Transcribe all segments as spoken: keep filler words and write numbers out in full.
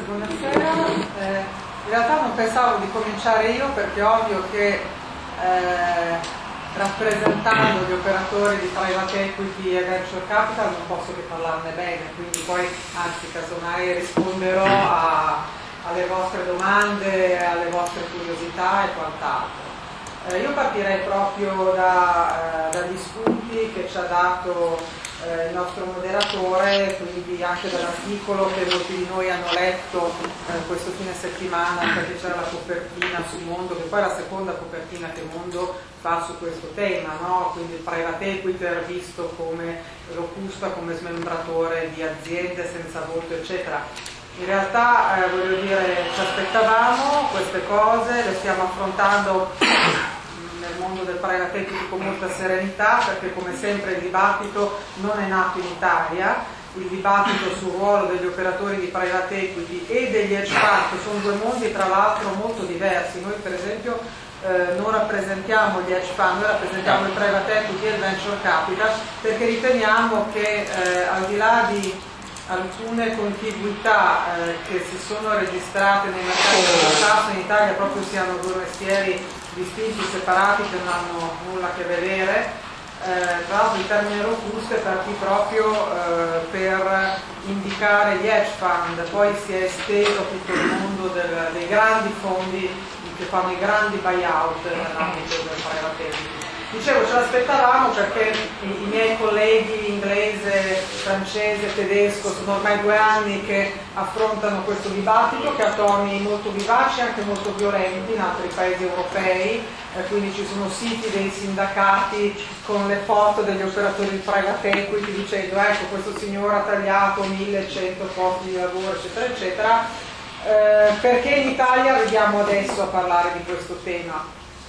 buonasera. Eh, in realtà non pensavo di cominciare io perché è ovvio che eh, rappresentando gli operatori di private equity e venture capital non posso che parlarne bene, quindi poi anzi casomai risponderò a, alle vostre domande, alle vostre curiosità e quant'altro. Eh, io partirei proprio da, eh, dagli spunti che ci ha dato eh, il nostro moderatore, quindi anche dall'articolo che molti di noi hanno letto eh, questo fine settimana, perché c'era la copertina su Mondo, che poi è la seconda copertina che Mondo fa su questo tema, no? Quindi il private equity visto come locusta, come smembratore di aziende senza voto, eccetera. In realtà, eh, voglio dire, ci aspettavamo queste cose, le stiamo affrontando nel mondo del private equity con molta serenità, perché come sempre il dibattito non è nato in Italia, il dibattito sul ruolo degli operatori di private equity e degli hedge fund, che sono due mondi tra l'altro molto diversi. Noi per esempio eh, non rappresentiamo gli hedge fund, noi rappresentiamo il private equity e il venture capital, perché riteniamo che eh, al di là di alcune contiguità eh, che si sono registrate nei mercati del tasso in Italia proprio siano due mestieri distinti, separati, che non hanno nulla a che vedere. Eh, tra l'altro il termine robuste partì proprio eh, per indicare gli hedge fund, poi si è esteso tutto il mondo del, dei grandi fondi che fanno i grandi buyout nell'ambito del private equity. Dicevo, ce l'aspettavamo perché i, i miei colleghi inglese, francese, tedesco sono ormai due anni che affrontano questo dibattito, che ha toni molto vivaci e anche molto violenti in altri paesi europei, eh, quindi ci sono siti dei sindacati con le foto degli operatori di private equity dicendo ecco questo signore ha tagliato millecento posti di lavoro, eccetera, eccetera, eh, perché in Italia arriviamo adesso a parlare di questo tema.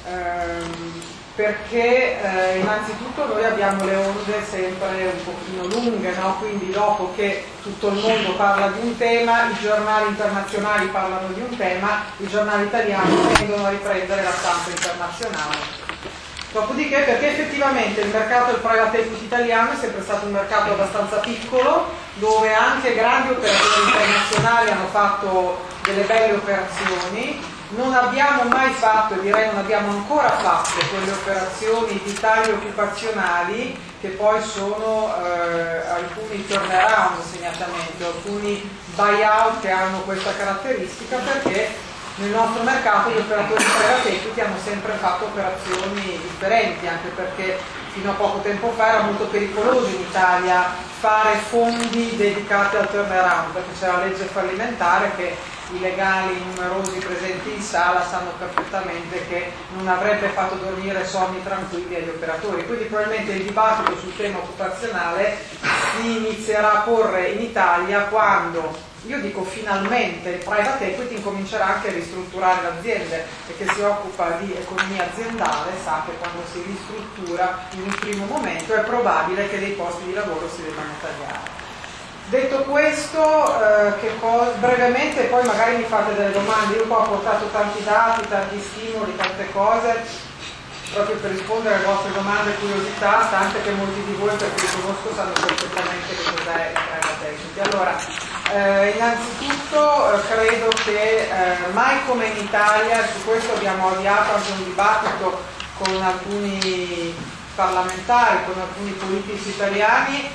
Ehm, perché eh, innanzitutto noi abbiamo le onde sempre un pochino lunghe, no? Quindi dopo che tutto il mondo parla di un tema, i giornali internazionali parlano di un tema, i giornali italiani tendono a riprendere la stampa internazionale. Dopodiché, perché effettivamente il mercato del private equity italiano è sempre stato un mercato abbastanza piccolo, dove anche grandi operatori internazionali hanno fatto delle belle operazioni. Non abbiamo mai fatto, e direi non abbiamo ancora fatto, quelle operazioni di taglio occupazionali che poi sono eh, alcuni turnaround segnatamente, alcuni buyout che hanno questa caratteristica, perché nel nostro mercato gli operatori di private equity hanno sempre fatto operazioni differenti, anche perché fino a poco tempo fa era molto pericoloso in Italia fare fondi dedicati al turnaround, perché c'era la legge fallimentare che i legali numerosi presenti in sala sanno perfettamente che non avrebbe fatto dormire sonni tranquilli agli operatori. Quindi probabilmente il dibattito sul tema occupazionale si inizierà a porre in Italia quando, io dico finalmente, il private equity incomincerà anche a ristrutturare le aziende, e che si occupa di economia aziendale sa che quando si ristruttura in un primo momento è probabile che dei posti di lavoro si debbano tagliare. Detto questo, eh, che brevemente poi magari mi fate delle domande. Io qua ho portato tanti dati, tanti stimoli, tante cose proprio per rispondere alle vostre domande e curiosità, stante che molti di voi, perché li conosco, sanno perfettamente che cos'è il private equity. Allora, eh, innanzitutto eh, credo che eh, mai come in Italia, su questo abbiamo avviato anche un dibattito con alcuni parlamentari, con alcuni politici italiani,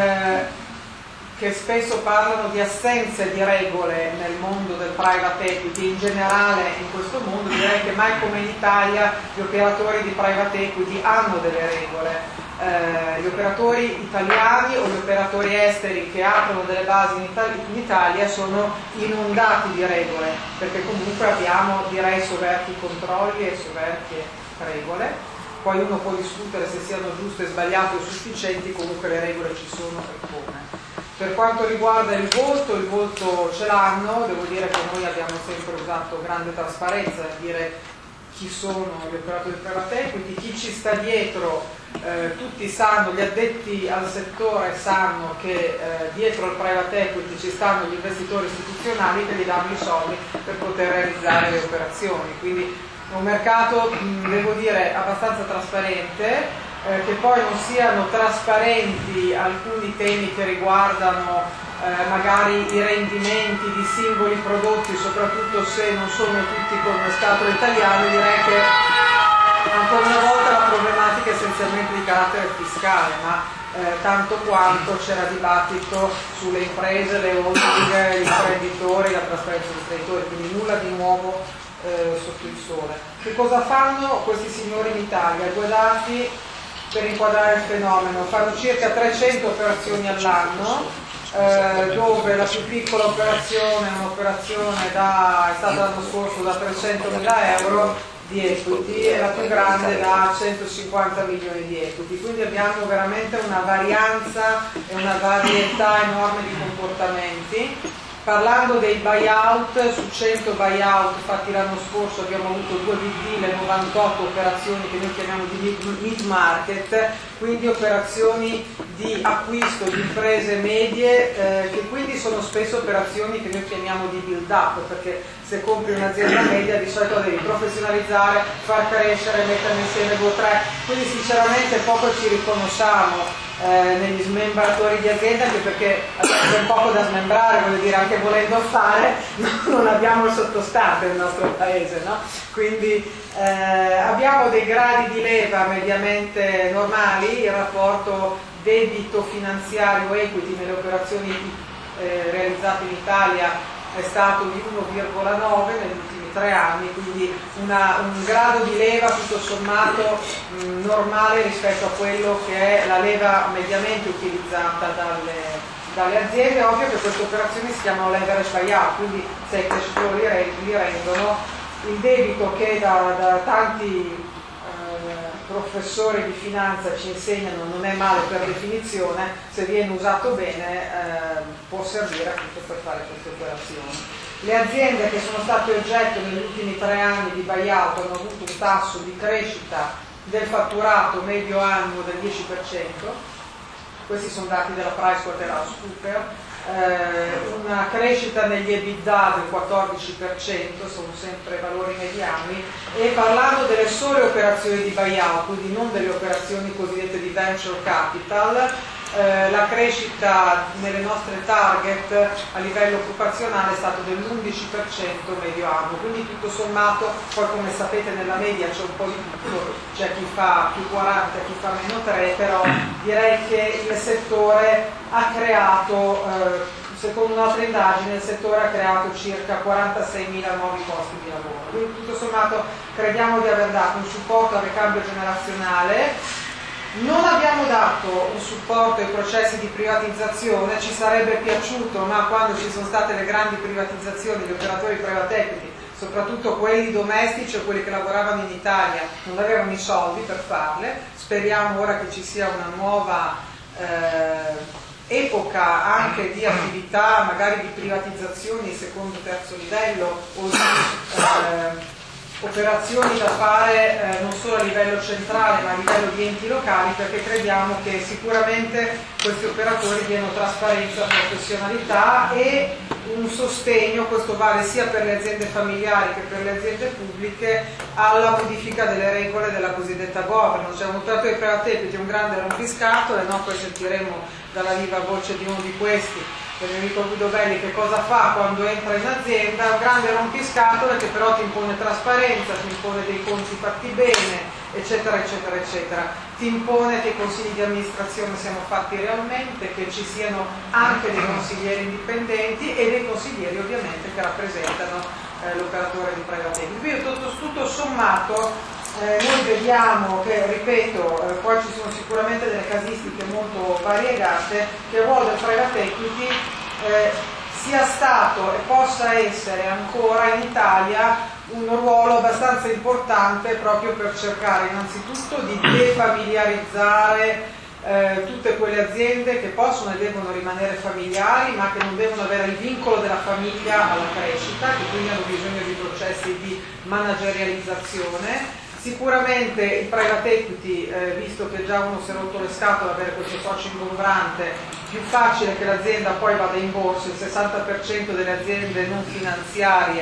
eh, che spesso parlano di assenze di regole nel mondo del private equity, in generale in questo mondo. Direi che mai come in Italia gli operatori di private equity hanno delle regole. Eh, gli operatori italiani o gli operatori esteri che aprono delle basi in, Italia, in Italia sono inondati di regole, perché comunque abbiamo, direi, soverchi controlli e soverchie regole. Poi uno può discutere se siano giuste, sbagliate o sufficienti, comunque le regole ci sono e come. Per quanto riguarda il voto, il voto ce l'hanno, devo dire che noi abbiamo sempre usato grande trasparenza nel dire chi sono gli operatori di private equity, chi ci sta dietro, eh, tutti sanno, gli addetti al settore sanno che eh, dietro al private equity ci stanno gli investitori istituzionali che gli danno i soldi per poter realizzare le operazioni, quindi è un mercato, mh, devo dire, abbastanza trasparente. Eh, che poi non siano trasparenti alcuni temi che riguardano eh, magari i rendimenti di singoli prodotti, soprattutto se non sono tutti con scatola italiana, direi che ancora una volta la problematica è essenzialmente di carattere fiscale, ma eh, tanto quanto c'era dibattito sulle imprese, le holding, gli imprenditori, la trasparenza degli imprenditori, quindi nulla di nuovo eh, sotto il sole. Che cosa fanno questi signori in Italia? Due dati per inquadrare il fenomeno: fanno circa trecento operazioni all'anno, eh, dove la più piccola operazione è un'operazione da, è stata l'anno scorso da trecentomila euro di equity e la più grande da centocinquanta milioni di equity, quindi abbiamo veramente una varianza e una varietà enorme di comportamenti. Parlando dei buyout, su cento buyout fatti l'anno scorso abbiamo avuto due B D, le novantotto operazioni che noi chiamiamo di mid market, quindi operazioni di acquisto di imprese medie, eh, che quindi sono spesso operazioni che noi chiamiamo di build up, perché se compri un'azienda media di solito devi professionalizzare, far crescere, mettere insieme due o tre, quindi sinceramente poco ci riconosciamo Eh, negli smembratori di azienda, anche perché abbiamo un poco da smembrare, voglio dire, anche volendo fare non abbiamo il sottostante nel nostro paese, no? Quindi eh, abbiamo dei gradi di leva mediamente normali, il rapporto debito finanziario equity nelle operazioni eh, realizzate in Italia è stato di uno virgola nove negli ultimi tre anni, quindi una, un grado di leva tutto sommato mh, normale rispetto a quello che è la leva mediamente utilizzata dalle, dalle aziende. Ovvio che queste operazioni si chiamano leverage buyout, quindi se i cash flow li, li rendono, il debito che da, da tanti eh, professori di finanza ci insegnano non è male per definizione, se viene usato bene eh, può servire appunto per fare queste operazioni. Le aziende che sono state oggetto negli ultimi tre anni di buyout hanno avuto un tasso di crescita del fatturato medio annuo del dieci per cento, questi sono dati della PricewaterhouseCoopers, eh, una crescita negli EBITDA del quattordici per cento, sono sempre valori mediani, e parlando delle sole operazioni di buyout, quindi non delle operazioni cosiddette di venture capital, Eh, la crescita nelle nostre target a livello occupazionale è stato dell'undici per cento medio anno, quindi tutto sommato, poi come sapete nella media c'è un po' di tutto, c'è chi fa più quaranta, chi fa meno tre, però direi che il settore ha creato, eh, secondo un'altra indagine, il settore ha creato circa quarantaseimila nuovi posti di lavoro, quindi tutto sommato crediamo di aver dato un supporto al ricambio generazionale. Non abbiamo dato un supporto ai processi di privatizzazione, ci sarebbe piaciuto, ma quando ci sono state le grandi privatizzazioni, gli operatori private equity, soprattutto quelli domestici o quelli che lavoravano in Italia, non avevano i soldi per farle. Speriamo ora che ci sia una nuova eh, epoca anche di attività, magari di privatizzazioni secondo terzo livello o di eh, operazioni da fare eh, non solo a livello centrale ma a livello di enti locali, perché crediamo che sicuramente questi operatori diano trasparenza, professionalità e un sostegno, questo vale sia per le aziende familiari che per le aziende pubbliche, alla modifica delle regole della cosiddetta governance. Cioè un operatore di private equity è un grande rompiscatole, no? Poi sentiremo dalla viva voce di uno di questi, Federico Guidovelli, che cosa fa quando entra in azienda. Un grande rompiscatole che però ti impone trasparenza, ti impone dei conti fatti bene, eccetera eccetera eccetera, ti impone che i consigli di amministrazione siano fatti realmente, che ci siano anche dei consiglieri indipendenti e dei consiglieri ovviamente che rappresentano eh, l'operatore di private equity. Quindi tutto, tutto sommato Eh, noi vediamo che, ripeto, eh, poi ci sono sicuramente delle casistiche molto variegate, che il ruolo del private equity eh, sia stato e possa essere ancora in Italia un ruolo abbastanza importante proprio per cercare innanzitutto di defamiliarizzare eh, tutte quelle aziende che possono e devono rimanere familiari, ma che non devono avere il vincolo della famiglia alla crescita, che quindi hanno bisogno di processi di managerializzazione. Sicuramente il private equity, eh, visto che già uno si è rotto le scatole avere questo socio ingombrante, più facile che l'azienda poi vada in borsa. Il sessanta per cento delle aziende non finanziarie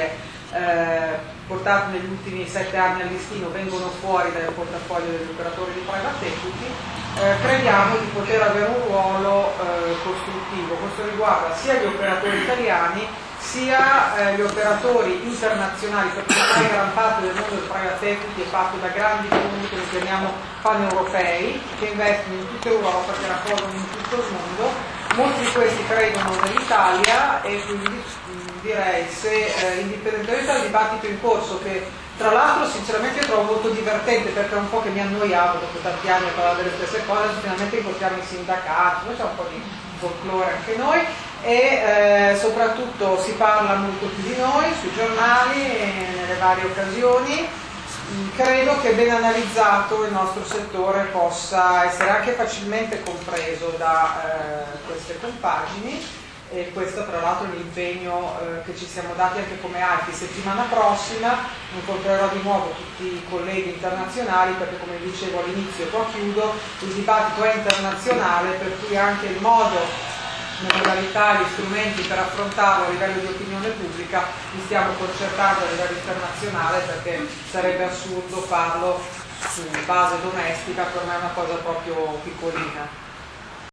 eh, portati negli ultimi sette anni al listino vengono fuori dal portafoglio degli operatori di private equity, eh, crediamo di poter avere un ruolo eh, costruttivo. Questo riguarda sia gli operatori italiani sia eh, gli operatori internazionali, perché ormai gran parte del mondo del private equity è fatto da grandi fondi che noi chiamiamo paneuropei, che investono in tutta Europa, che raccolgono in tutto il mondo. Molti di questi credono nell'Italia e quindi mh, direi, se eh, indipendentemente dal dibattito in corso, che tra l'altro sinceramente trovo molto divertente, perché è un po' che mi annoiavo dopo tanti anni a parlare delle stesse cose, finalmente incontriamo i sindacati, poi c'è un po' di folklore anche noi, e eh, soprattutto si parla molto più di noi sui giornali e nelle varie occasioni. Credo che ben analizzato il nostro settore possa essere anche facilmente compreso da eh, queste compagini, e questo tra l'altro è l'impegno eh, che ci siamo dati anche come A I F I. Settimana prossima incontrerò di nuovo tutti i colleghi internazionali, perché come dicevo all'inizio e qua chiudo, il dibattito è internazionale, per cui anche il modo, le modalità, gli strumenti per affrontarlo a livello di opinione pubblica li stiamo concertando a livello internazionale, perché sarebbe assurdo farlo su base domestica, per me è una cosa proprio piccolina.